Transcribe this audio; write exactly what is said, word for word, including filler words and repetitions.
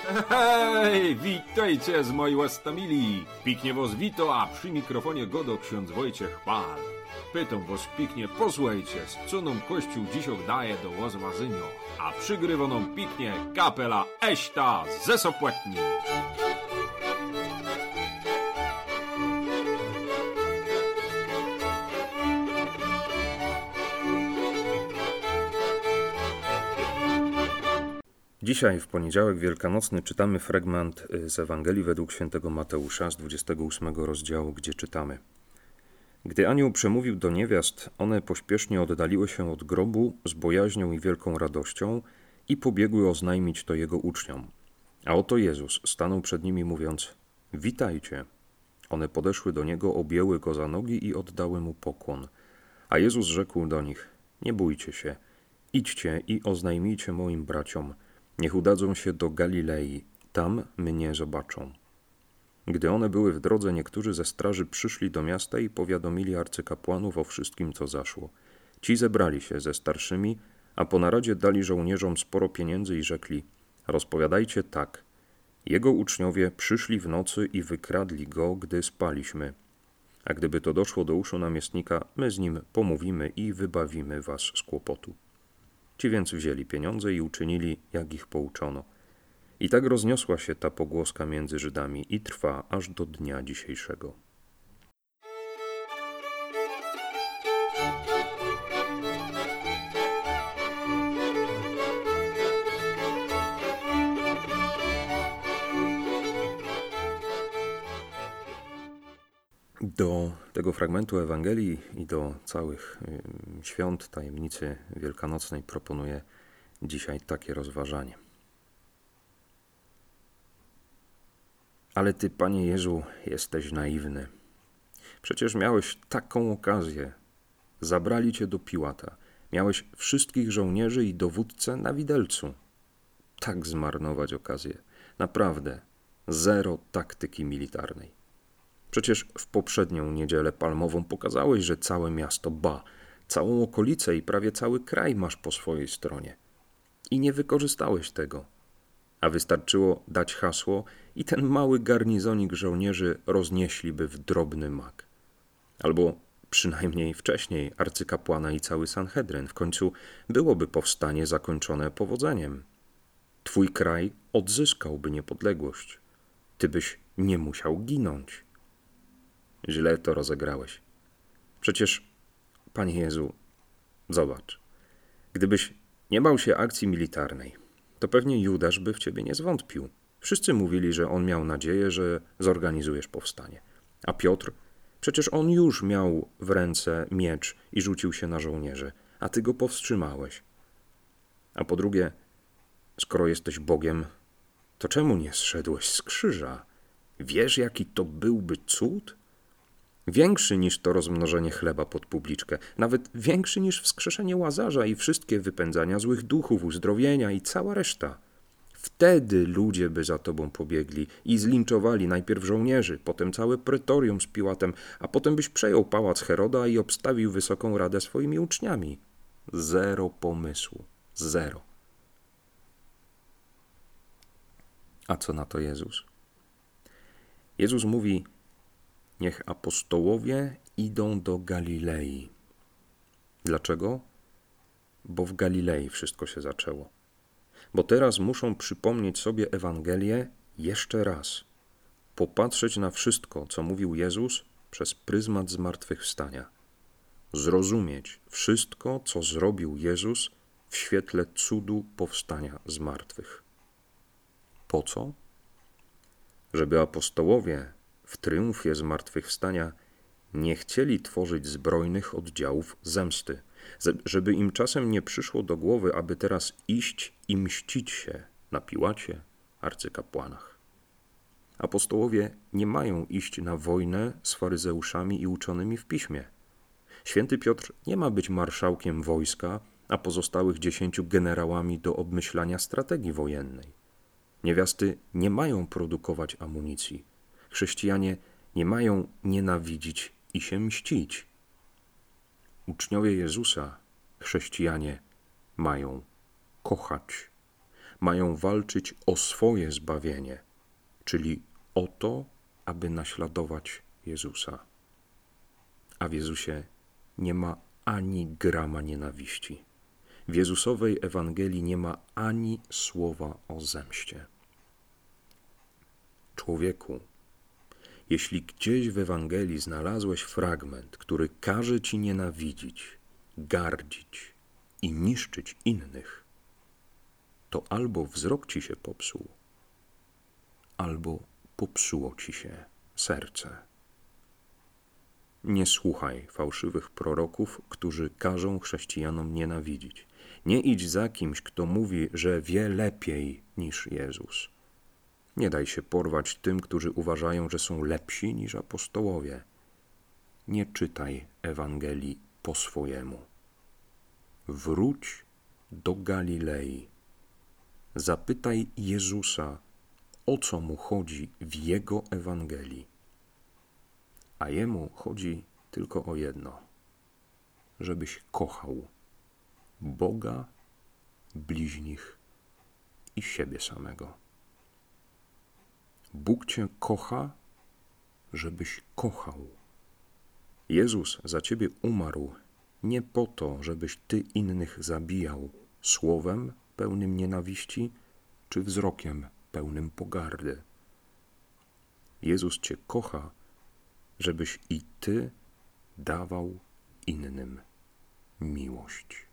Hej, witajcie z mojej łastamili. Piknie was wito, a przy mikrofonie godo ksiądz Wojciech Pal. Pytam was piknie, posłuchajcie, z co nam Kościół dzisiaj daje do łazwazynio, a przygrywa nam piknie kapela Eśta ze Sopłetni. Dzisiaj w poniedziałek wielkanocny czytamy fragment z Ewangelii według świętego Mateusza z dwudziestego ósmego rozdziału, gdzie czytamy: Gdy anioł przemówił do niewiast, one pośpiesznie oddaliły się od grobu z bojaźnią i wielką radością i pobiegły oznajmić to jego uczniom. A oto Jezus stanął przed nimi mówiąc: Witajcie. One podeszły do niego, objęły go za nogi i oddały mu pokłon. A Jezus rzekł do nich: Nie bójcie się, idźcie i oznajmijcie moim braciom, niech udadzą się do Galilei, tam mnie zobaczą. Gdy one były w drodze, niektórzy ze straży przyszli do miasta i powiadomili arcykapłanów o wszystkim, co zaszło. Ci zebrali się ze starszymi, a po naradzie dali żołnierzom sporo pieniędzy i rzekli: Rozpowiadajcie tak. Jego uczniowie przyszli w nocy i wykradli go, gdy spaliśmy. A gdyby to doszło do uszu namiestnika, my z nim pomówimy i wybawimy was z kłopotu. Ci więc wzięli pieniądze i uczynili, jak ich pouczono. I tak rozniosła się ta pogłoska między Żydami i trwa aż do dnia dzisiejszego. Do tego fragmentu Ewangelii i do całych świąt tajemnicy wielkanocnej proponuję dzisiaj takie rozważanie. Ale ty, Panie Jezu, jesteś naiwny. Przecież miałeś taką okazję. Zabrali cię do Piłata. Miałeś wszystkich żołnierzy i dowódcę na widelcu. Tak zmarnować okazję. Naprawdę, zero taktyki militarnej. Przecież w poprzednią niedzielę palmową pokazałeś, że całe miasto, ba, całą okolicę i prawie cały kraj masz po swojej stronie. I nie wykorzystałeś tego. A wystarczyło dać hasło i ten mały garnizonik żołnierzy roznieśliby w drobny mak. Albo przynajmniej wcześniej arcykapłana i cały Sanhedryn. W końcu byłoby powstanie zakończone powodzeniem. Twój kraj odzyskałby niepodległość. Ty byś nie musiał ginąć. Źle to rozegrałeś. Przecież, Panie Jezu, zobacz, gdybyś nie bał się akcji militarnej, to pewnie Judasz by w ciebie nie zwątpił. Wszyscy mówili, że on miał nadzieję, że zorganizujesz powstanie. A Piotr, przecież on już miał w ręce miecz i rzucił się na żołnierzy, a ty go powstrzymałeś. A po drugie, skoro jesteś Bogiem, to czemu nie zszedłeś z krzyża? Wiesz, jaki to byłby cud? Większy niż to rozmnożenie chleba pod publiczkę, nawet większy niż wskrzeszenie Łazarza i wszystkie wypędzania złych duchów, uzdrowienia i cała reszta. Wtedy ludzie by za tobą pobiegli i zlinczowali najpierw żołnierzy, potem całe pretorium z Piłatem, a potem byś przejął pałac Heroda i obstawił wysoką radę swoimi uczniami. Zero pomysłu. Zero. A co na to Jezus? Jezus mówi: Niech apostołowie idą do Galilei. Dlaczego? Bo w Galilei wszystko się zaczęło. Bo teraz muszą przypomnieć sobie Ewangelię jeszcze raz. Popatrzeć na wszystko, co mówił Jezus przez pryzmat zmartwychwstania. Zrozumieć wszystko, co zrobił Jezus w świetle cudu powstania z martwych. Po co? Żeby apostołowie w triumfie zmartwychwstania nie chcieli tworzyć zbrojnych oddziałów zemsty, żeby im czasem nie przyszło do głowy, aby teraz iść i mścić się na Piłacie, arcykapłanach. Apostołowie nie mają iść na wojnę z faryzeuszami i uczonymi w piśmie. Święty Piotr nie ma być marszałkiem wojska, a pozostałych dziesięciu generałami do obmyślania strategii wojennej. Niewiasty nie mają produkować amunicji. Chrześcijanie nie mają nienawidzić i się mścić. Uczniowie Jezusa, chrześcijanie, mają kochać. mają walczyć o swoje zbawienie, czyli o to, aby naśladować Jezusa. A w Jezusie nie ma ani grama nienawiści. W Jezusowej Ewangelii nie ma ani słowa o zemście. Człowieku, jeśli gdzieś w Ewangelii znalazłeś fragment, który każe ci nienawidzić, gardzić i niszczyć innych, to albo wzrok ci się popsuł, albo popsuło ci się serce. Nie słuchaj fałszywych proroków, którzy każą chrześcijanom nienawidzić. Nie idź za kimś, kto mówi, że wie lepiej niż Jezus. Nie daj się porwać tym, którzy uważają, że są lepsi niż apostołowie. Nie czytaj Ewangelii po swojemu. Wróć do Galilei. Zapytaj Jezusa, o co mu chodzi w Jego Ewangelii. A Jemu chodzi tylko o jedno, żebyś kochał Boga, bliźnich i siebie samego. Bóg cię kocha, żebyś kochał. Jezus za ciebie umarł nie po to, żebyś ty innych zabijał słowem pełnym nienawiści czy wzrokiem pełnym pogardy. Jezus cię kocha, żebyś i ty dawał innym miłość.